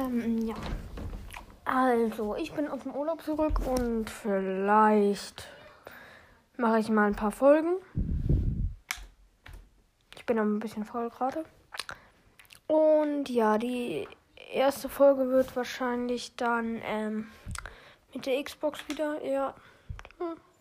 Ja. Also, ich bin aus dem Urlaub zurück und vielleicht mache ich mal ein paar Folgen. Ich bin aber ein bisschen voll gerade. Und ja, die erste Folge wird wahrscheinlich dann mit der Xbox wieder, ja.